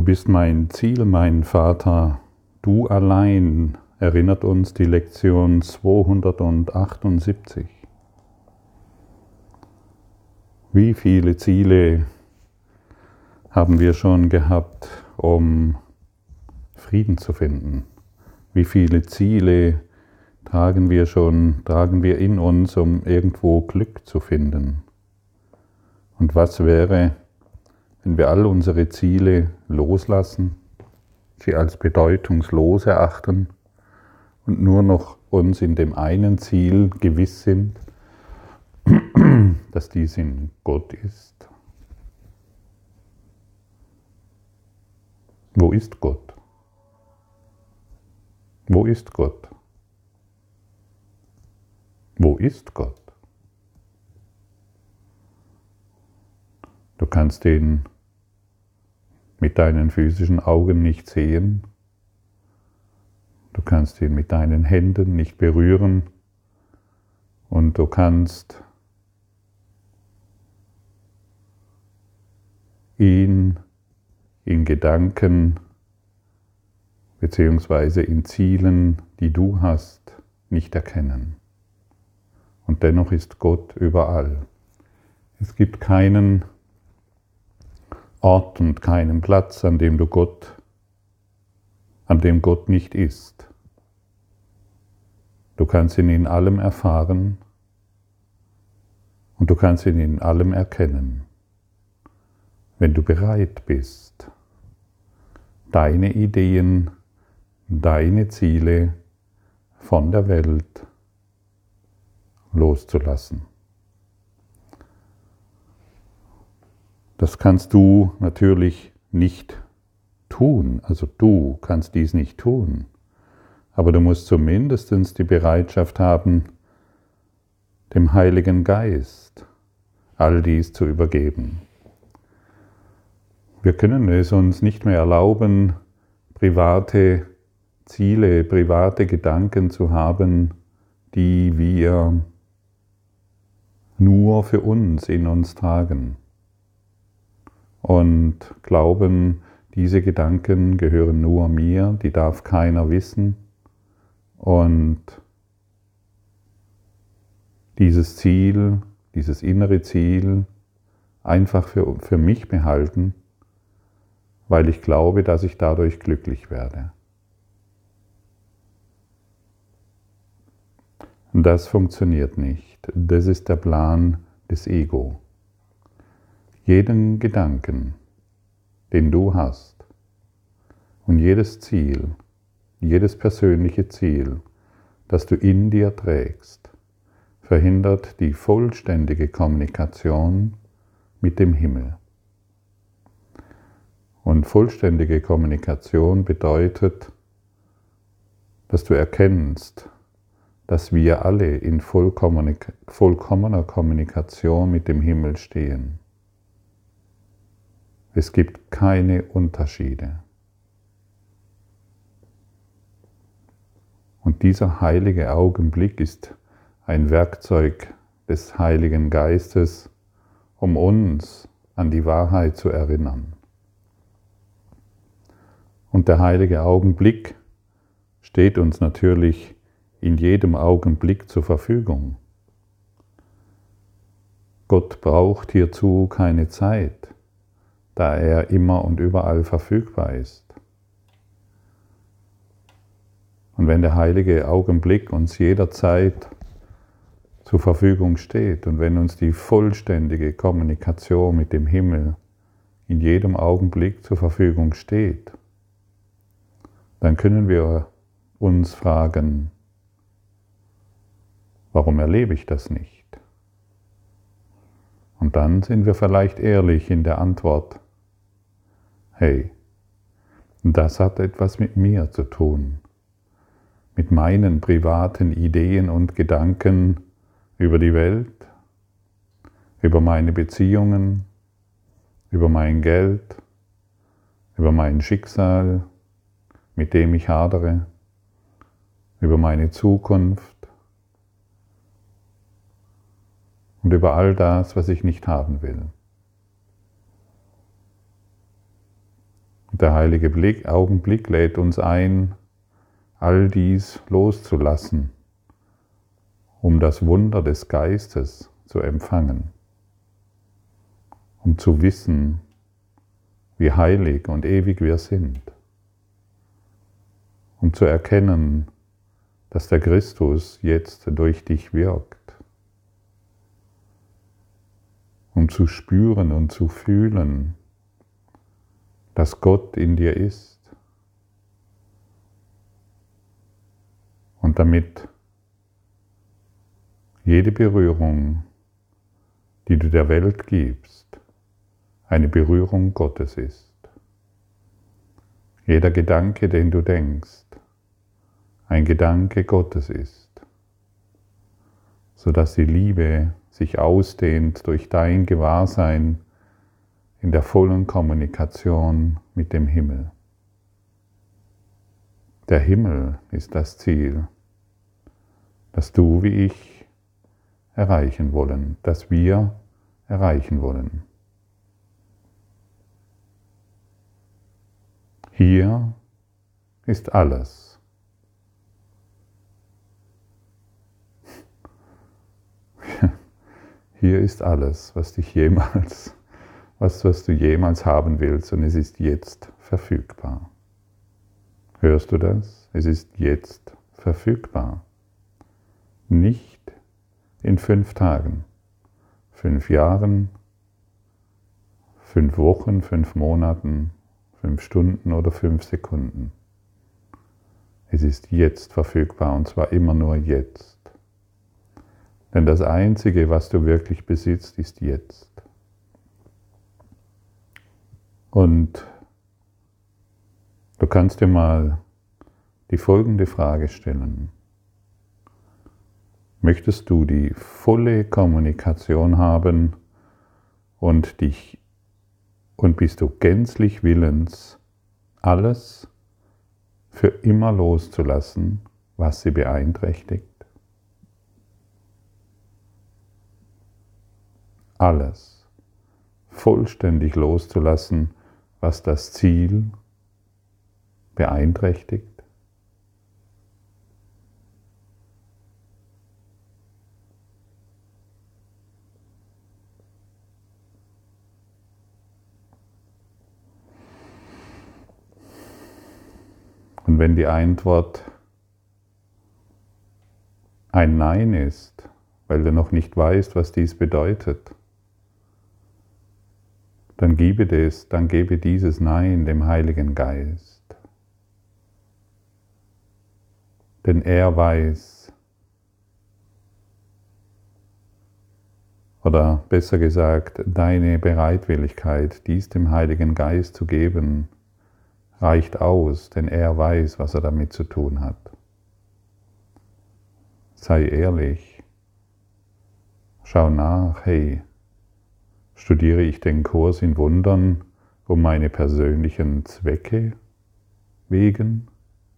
bist mein Ziel, mein Vater, du allein, erinnert uns die Lektion 278. Wie viele Ziele haben wir schon gehabt, um Frieden zu finden? Wie viele Ziele tragen wir in uns, um irgendwo Glück zu finden? Und was wäre, wenn wir all unsere Ziele loslassen, sie als bedeutungslos erachten und nur noch uns in dem einen Ziel gewiss sind, dass dies in Gott ist? Wo ist Gott? Wo ist Gott? Wo ist Gott? Du kannst ihn mit deinen physischen Augen nicht sehen. Du kannst ihn mit deinen Händen nicht berühren. Und du kannst ihn in Gedanken beziehungsweise in Zielen, die du hast, nicht erkennen. Und dennoch ist Gott überall. Es gibt keinen Ort und keinen Platz, an dem Gott nicht ist. Du kannst ihn in allem erfahren und du kannst ihn in allem erkennen, wenn du bereit bist, deine Ideen, deine Ziele von der Welt loszulassen. Das kannst du natürlich nicht tun, also du kannst dies nicht tun, aber du musst zumindest die Bereitschaft haben, dem Heiligen Geist all dies zu übergeben. Wir können es uns nicht mehr erlauben, private Ziele, private Gedanken zu haben, die wir nur für uns in uns tragen und glauben, diese Gedanken gehören nur mir, die darf keiner wissen und dieses Ziel, dieses innere Ziel einfach für mich behalten, weil ich glaube, dass ich dadurch glücklich werde. Und das funktioniert nicht. Das ist der Plan des Ego. Jeden Gedanken, den du hast, und jedes Ziel, jedes persönliche Ziel, das du in dir trägst, verhindert die vollständige Kommunikation mit dem Himmel. Und vollständige Kommunikation bedeutet, dass du erkennst, dass wir alle in vollkommener Kommunikation mit dem Himmel stehen. Es gibt keine Unterschiede. Und dieser heilige Augenblick ist ein Werkzeug des Heiligen Geistes, um uns an die Wahrheit zu erinnern. Und der heilige Augenblick steht uns natürlich in jedem Augenblick zur Verfügung. Gott braucht hierzu keine Zeit, da er immer und überall verfügbar ist. Und wenn der heilige Augenblick uns jederzeit zur Verfügung steht und wenn uns die vollständige Kommunikation mit dem Himmel in jedem Augenblick zur Verfügung steht, dann können wir uns fragen, warum erlebe ich das nicht? Und dann sind wir vielleicht ehrlich in der Antwort, hey, das hat etwas mit mir zu tun, mit meinen privaten Ideen und Gedanken über die Welt, über meine Beziehungen, über mein Geld, über mein Schicksal, mit dem ich hadere, über meine Zukunft und über all das, was ich nicht haben will. Und der heilige Augenblick lädt uns ein, all dies loszulassen, um das Wunder des Geistes zu empfangen, um zu wissen, wie heilig und ewig wir sind, um zu erkennen, dass der Christus jetzt durch dich wirkt, um zu spüren und zu fühlen, dass Gott in dir ist und damit jede Berührung, die du der Welt gibst, eine Berührung Gottes ist. Jeder Gedanke, den du denkst, ein Gedanke Gottes ist, sodass die Liebe sich ausdehnt durch dein Gewahrsein in der vollen Kommunikation mit dem Himmel. Der Himmel ist das Ziel, das du wie ich erreichen wollen, das wir erreichen wollen. Hier ist alles. Hier ist alles, was du jemals haben willst, und es ist jetzt verfügbar. Hörst du das? Es ist jetzt verfügbar. Nicht in 5 Tagen, 5 Jahren, 5 Wochen, 5 Monaten, 5 Stunden oder 5 Sekunden. Es ist jetzt verfügbar, und zwar immer nur jetzt. Denn das Einzige, was du wirklich besitzt, ist jetzt. Und du kannst dir mal die folgende Frage stellen. Möchtest du die volle Kommunikation haben und bist du gänzlich willens, alles für immer loszulassen, was sie beeinträchtigt? Alles vollständig loszulassen, was das Ziel beeinträchtigt? Und wenn die Antwort ein Nein ist, weil du noch nicht weißt, was dies bedeutet, dann gebe dieses Nein dem Heiligen Geist. Denn er weiß, oder besser gesagt, deine Bereitwilligkeit, dies dem Heiligen Geist zu geben, reicht aus, denn er weiß, was er damit zu tun hat. Sei ehrlich, schau nach, hey, studiere ich den Kurs in Wundern um meine persönlichen Zwecke wegen?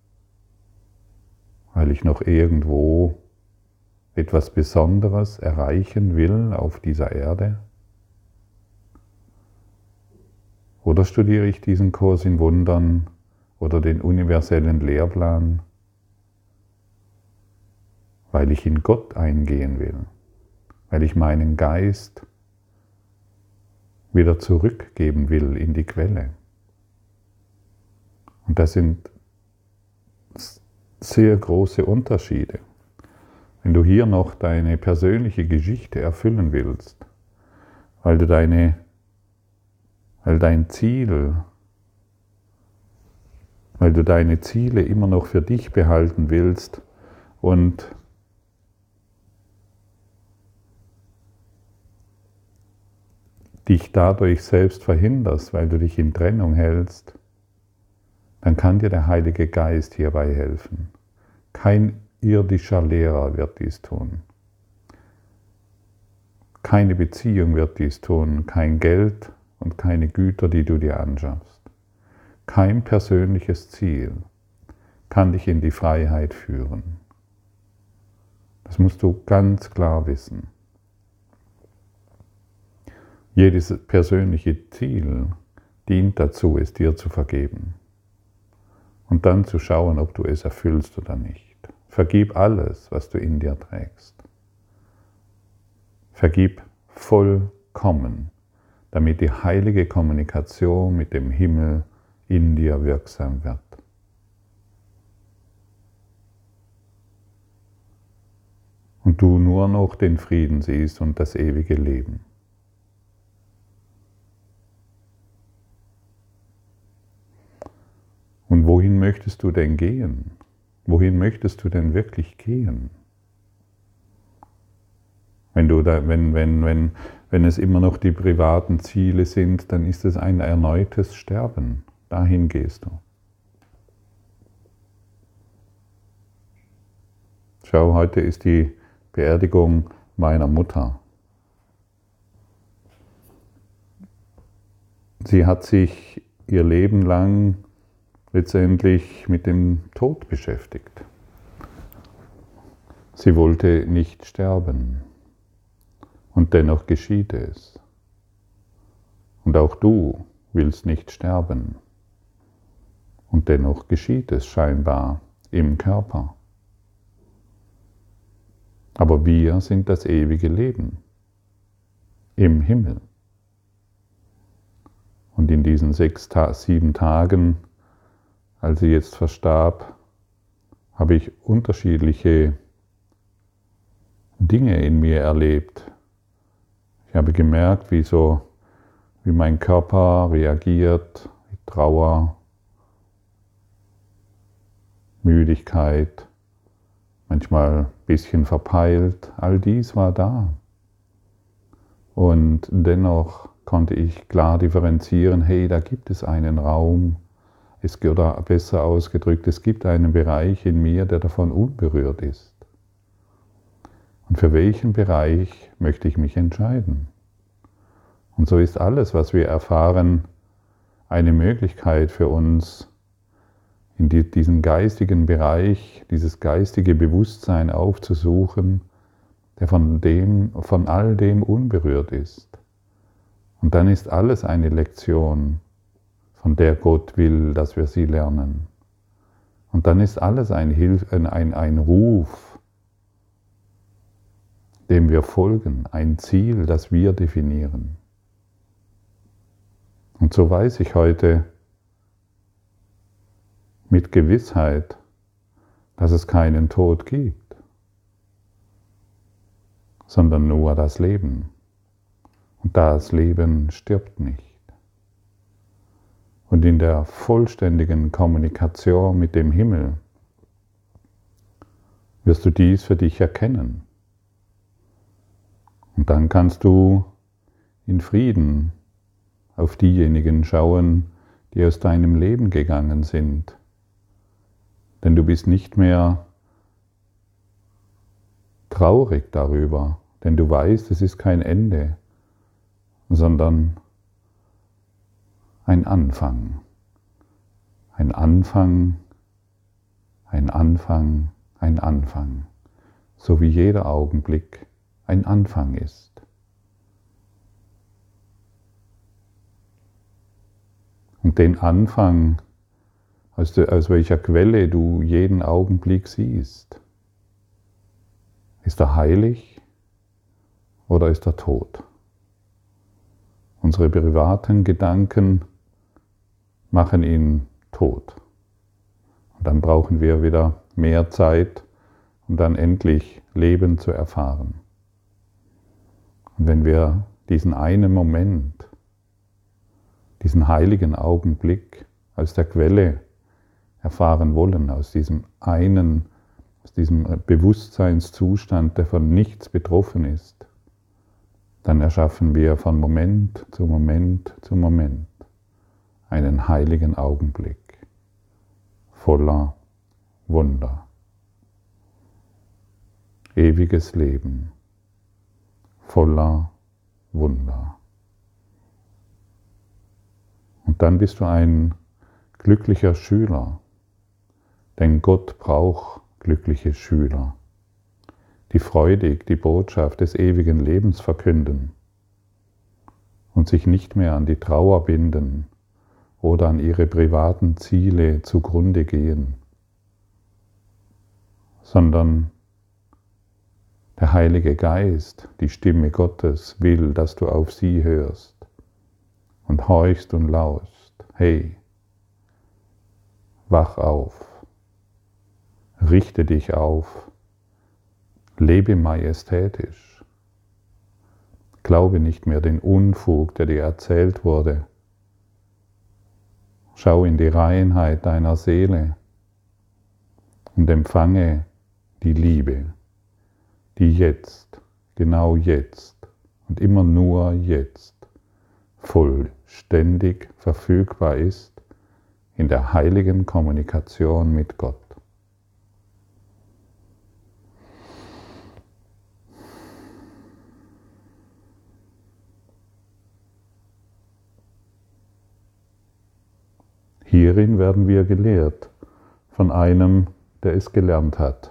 Weil ich noch irgendwo etwas Besonderes erreichen will auf dieser Erde? Oder studiere ich diesen Kurs in Wundern oder den universellen Lehrplan, weil ich in Gott eingehen will, weil ich meinen Geist wieder zurückgeben will in die Quelle? Und das sind sehr große Unterschiede. Wenn du hier noch deine persönliche Geschichte erfüllen willst, weil du deine Ziele immer noch für dich behalten willst und dich dadurch selbst verhinderst, weil du dich in Trennung hältst, dann kann dir der Heilige Geist hierbei helfen. Kein irdischer Lehrer wird dies tun. Keine Beziehung wird dies tun, kein Geld und keine Güter, die du dir anschaffst. Kein persönliches Ziel kann dich in die Freiheit führen. Das musst du ganz klar wissen. Jedes persönliche Ziel dient dazu, es dir zu vergeben. Und dann zu schauen, ob du es erfüllst oder nicht. Vergib alles, was du in dir trägst. Vergib vollkommen, damit die heilige Kommunikation mit dem Himmel in dir wirksam wird. Und du nur noch den Frieden siehst und das ewige Leben. Und wohin möchtest du denn gehen? Wohin möchtest du denn wirklich gehen? Wenn es immer noch die privaten Ziele sind, dann ist es ein erneutes Sterben. Dahin gehst du. Schau, heute ist die Beerdigung meiner Mutter. Sie hat sich ihr Leben lang letztendlich mit dem Tod beschäftigt. Sie wollte nicht sterben. Und dennoch geschieht es. Und auch du willst nicht sterben. Und dennoch geschieht es scheinbar im Körper. Aber wir sind das ewige Leben im Himmel. Und in diesen 7 Tagen, als sie jetzt verstarb, habe ich unterschiedliche Dinge in mir erlebt. Ich habe gemerkt, wie mein Körper reagiert, Trauer, Müdigkeit, manchmal ein bisschen verpeilt, all dies war da. Und dennoch konnte ich klar differenzieren, hey, da gibt es einen Raum, oder besser ausgedrückt, es gibt einen Bereich in mir, der davon unberührt ist. Und für welchen Bereich möchte ich mich entscheiden? Und so ist alles, was wir erfahren, eine Möglichkeit für uns, in diesen geistigen Bereich, dieses geistige Bewusstsein aufzusuchen, der von all dem unberührt ist. Und dann ist alles eine Lektion, von der Gott will, dass wir sie lernen. Und dann ist alles ein Ruf, dem wir folgen, ein Ziel, das wir definieren. Und so weiß ich heute mit Gewissheit, dass es keinen Tod gibt, sondern nur das Leben. Und das Leben stirbt nicht. Und in der vollständigen Kommunikation mit dem Himmel wirst du dies für dich erkennen. Und dann kannst du in Frieden auf diejenigen schauen, die aus deinem Leben gegangen sind. Denn du bist nicht mehr traurig darüber, denn du weißt, es ist kein Ende, sondern ein Anfang. Ein Anfang, ein Anfang, ein Anfang. So wie jeder Augenblick ein Anfang ist. Und den Anfang, aus welcher Quelle du jeden Augenblick siehst, ist er heilig oder ist er tot? Unsere privaten Gedanken machen ihn tot. Und dann brauchen wir wieder mehr Zeit, um dann endlich Leben zu erfahren. Und wenn wir diesen einen Moment, diesen heiligen Augenblick aus der Quelle erfahren wollen, aus diesem Bewusstseinszustand, der von nichts betroffen ist, dann erschaffen wir von Moment zu Moment zu Moment einen heiligen Augenblick voller Wunder. Ewiges Leben voller Wunder. Und dann bist du ein glücklicher Schüler, denn Gott braucht glückliche Schüler, die freudig die Botschaft des ewigen Lebens verkünden und sich nicht mehr an die Trauer binden oder an ihre privaten Ziele zugrunde gehen, sondern der Heilige Geist, die Stimme Gottes, will, dass du auf sie hörst und horchst und lauschst. Hey, wach auf, richte dich auf, lebe majestätisch, glaube nicht mehr den Unfug, der dir erzählt wurde. Schau in die Reinheit deiner Seele und empfange die Liebe, die jetzt, genau jetzt und immer nur jetzt vollständig verfügbar ist in der heiligen Kommunikation mit Gott. Hierin werden wir gelehrt von einem, der es gelernt hat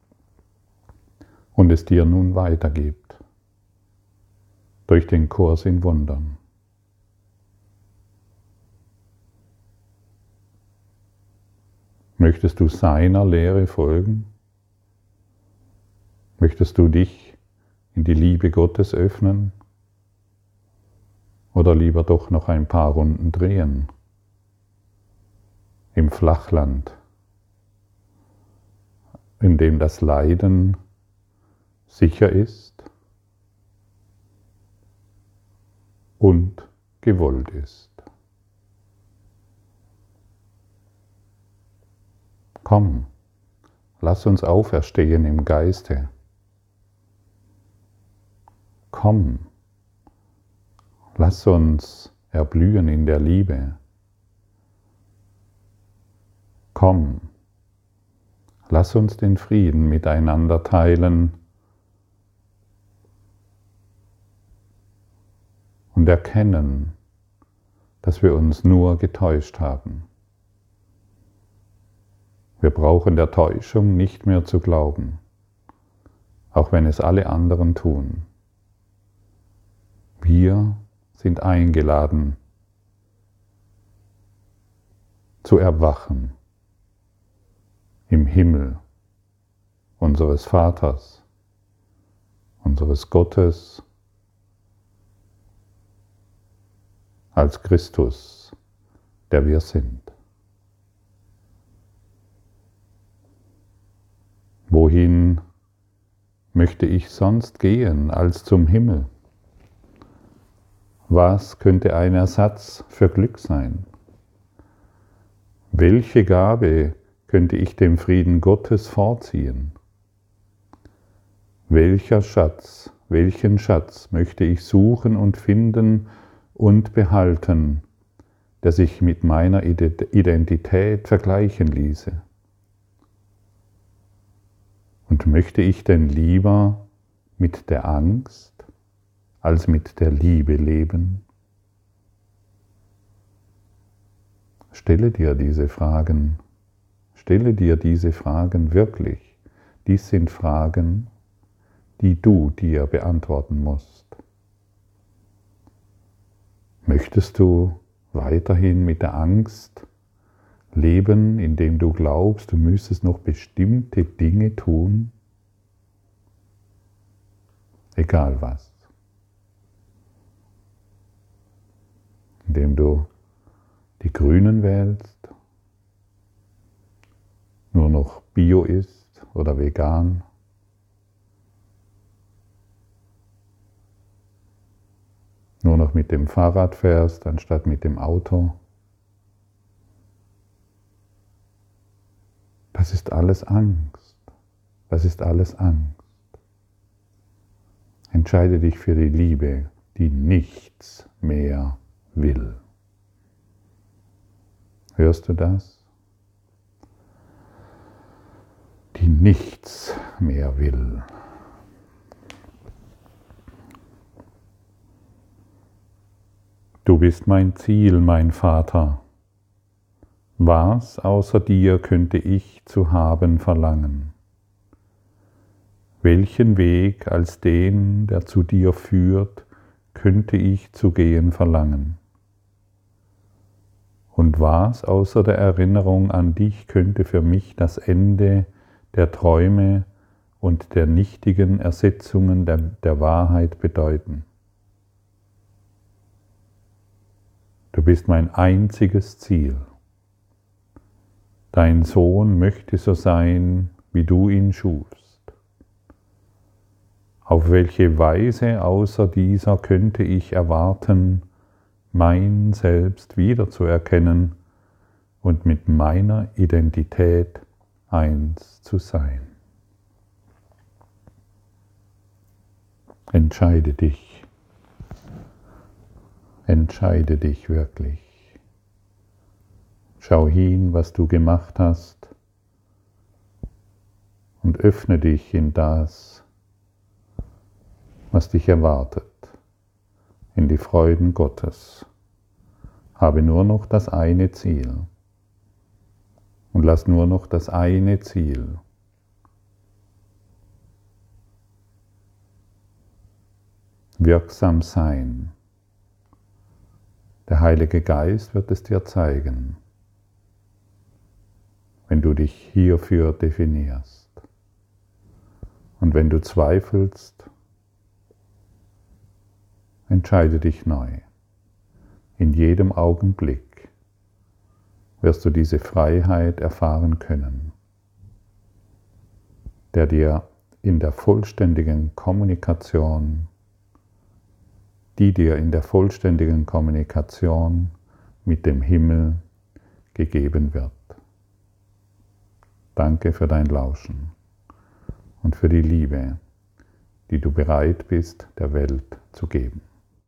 und es dir nun weitergibt durch den Kurs in Wundern. Möchtest du seiner Lehre folgen? Möchtest du dich in die Liebe Gottes öffnen? Oder lieber doch noch ein paar Runden drehen? Im Flachland, in dem das Leiden sicher ist und gewollt ist. Komm, lass uns auferstehen im Geiste. Komm, lass uns erblühen in der Liebe. Komm, lass uns den Frieden miteinander teilen und erkennen, dass wir uns nur getäuscht haben. Wir brauchen der Täuschung nicht mehr zu glauben, auch wenn es alle anderen tun. Wir sind eingeladen zu erwachen im Himmel unseres Vaters, unseres Gottes, als Christus, der wir sind. Wohin möchte ich sonst gehen als zum Himmel? Was könnte ein Ersatz für Glück sein? Welche Gabe könnte ich dem Frieden Gottes vorziehen? Welchen Schatz möchte ich suchen und finden und behalten, der sich mit meiner Identität vergleichen ließe? Und möchte ich denn lieber mit der Angst als mit der Liebe leben? Stelle dir diese Fragen wirklich. Dies sind Fragen, die du dir beantworten musst. Möchtest du weiterhin mit der Angst leben, indem du glaubst, du müsstest noch bestimmte Dinge tun? Egal was. Indem du die Grünen wählst, nur noch Bio isst oder vegan, nur noch mit dem Fahrrad fährst, anstatt mit dem Auto. Das ist alles Angst. Das ist alles Angst. Entscheide dich für die Liebe, die nichts mehr will. Hörst du das? Die nichts mehr will. Du bist mein Ziel, mein Vater. Was außer dir könnte ich zu haben verlangen? Welchen Weg als den, der zu dir führt, könnte ich zu gehen verlangen? Und was außer der Erinnerung an dich könnte für mich das Ende der Träume und der nichtigen Ersetzungen der Wahrheit bedeuten? Du bist mein einziges Ziel. Dein Sohn möchte so sein, wie du ihn schufst. Auf welche Weise außer dieser könnte ich erwarten, mein Selbst wiederzuerkennen und mit meiner Identität eins zu sein? Entscheide dich. Entscheide dich wirklich. Schau hin, was du gemacht hast, und öffne dich in das, was dich erwartet, in die Freuden Gottes. Habe nur noch das eine Ziel und lass nur noch das eine Ziel wirksam sein. Der Heilige Geist wird es dir zeigen, wenn du dich hierfür definierst. Und wenn du zweifelst, entscheide dich neu. In jedem Augenblick wirst du diese Freiheit erfahren können, der dir in der vollständigen Kommunikation mit dem Himmel gegeben wird. Danke für dein Lauschen und für die Liebe, die du bereit bist, der Welt zu geben.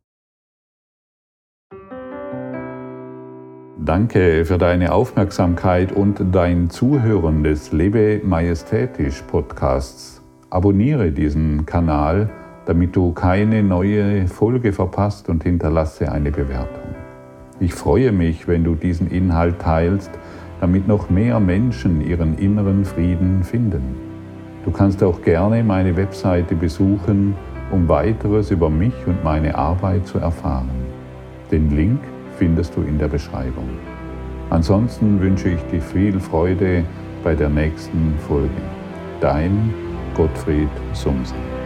Danke für deine Aufmerksamkeit und dein Zuhören des Lebe Majestätisch Podcasts. Abonniere diesen Kanal, damit du keine neue Folge verpasst, und hinterlasse eine Bewertung. Ich freue mich, wenn du diesen Inhalt teilst, damit noch mehr Menschen ihren inneren Frieden finden. Du kannst auch gerne meine Webseite besuchen, um weiteres über mich und meine Arbeit zu erfahren. Den Link findest du in der Beschreibung. Ansonsten wünsche ich dir viel Freude bei der nächsten Folge. Dein Gottfried Sumser.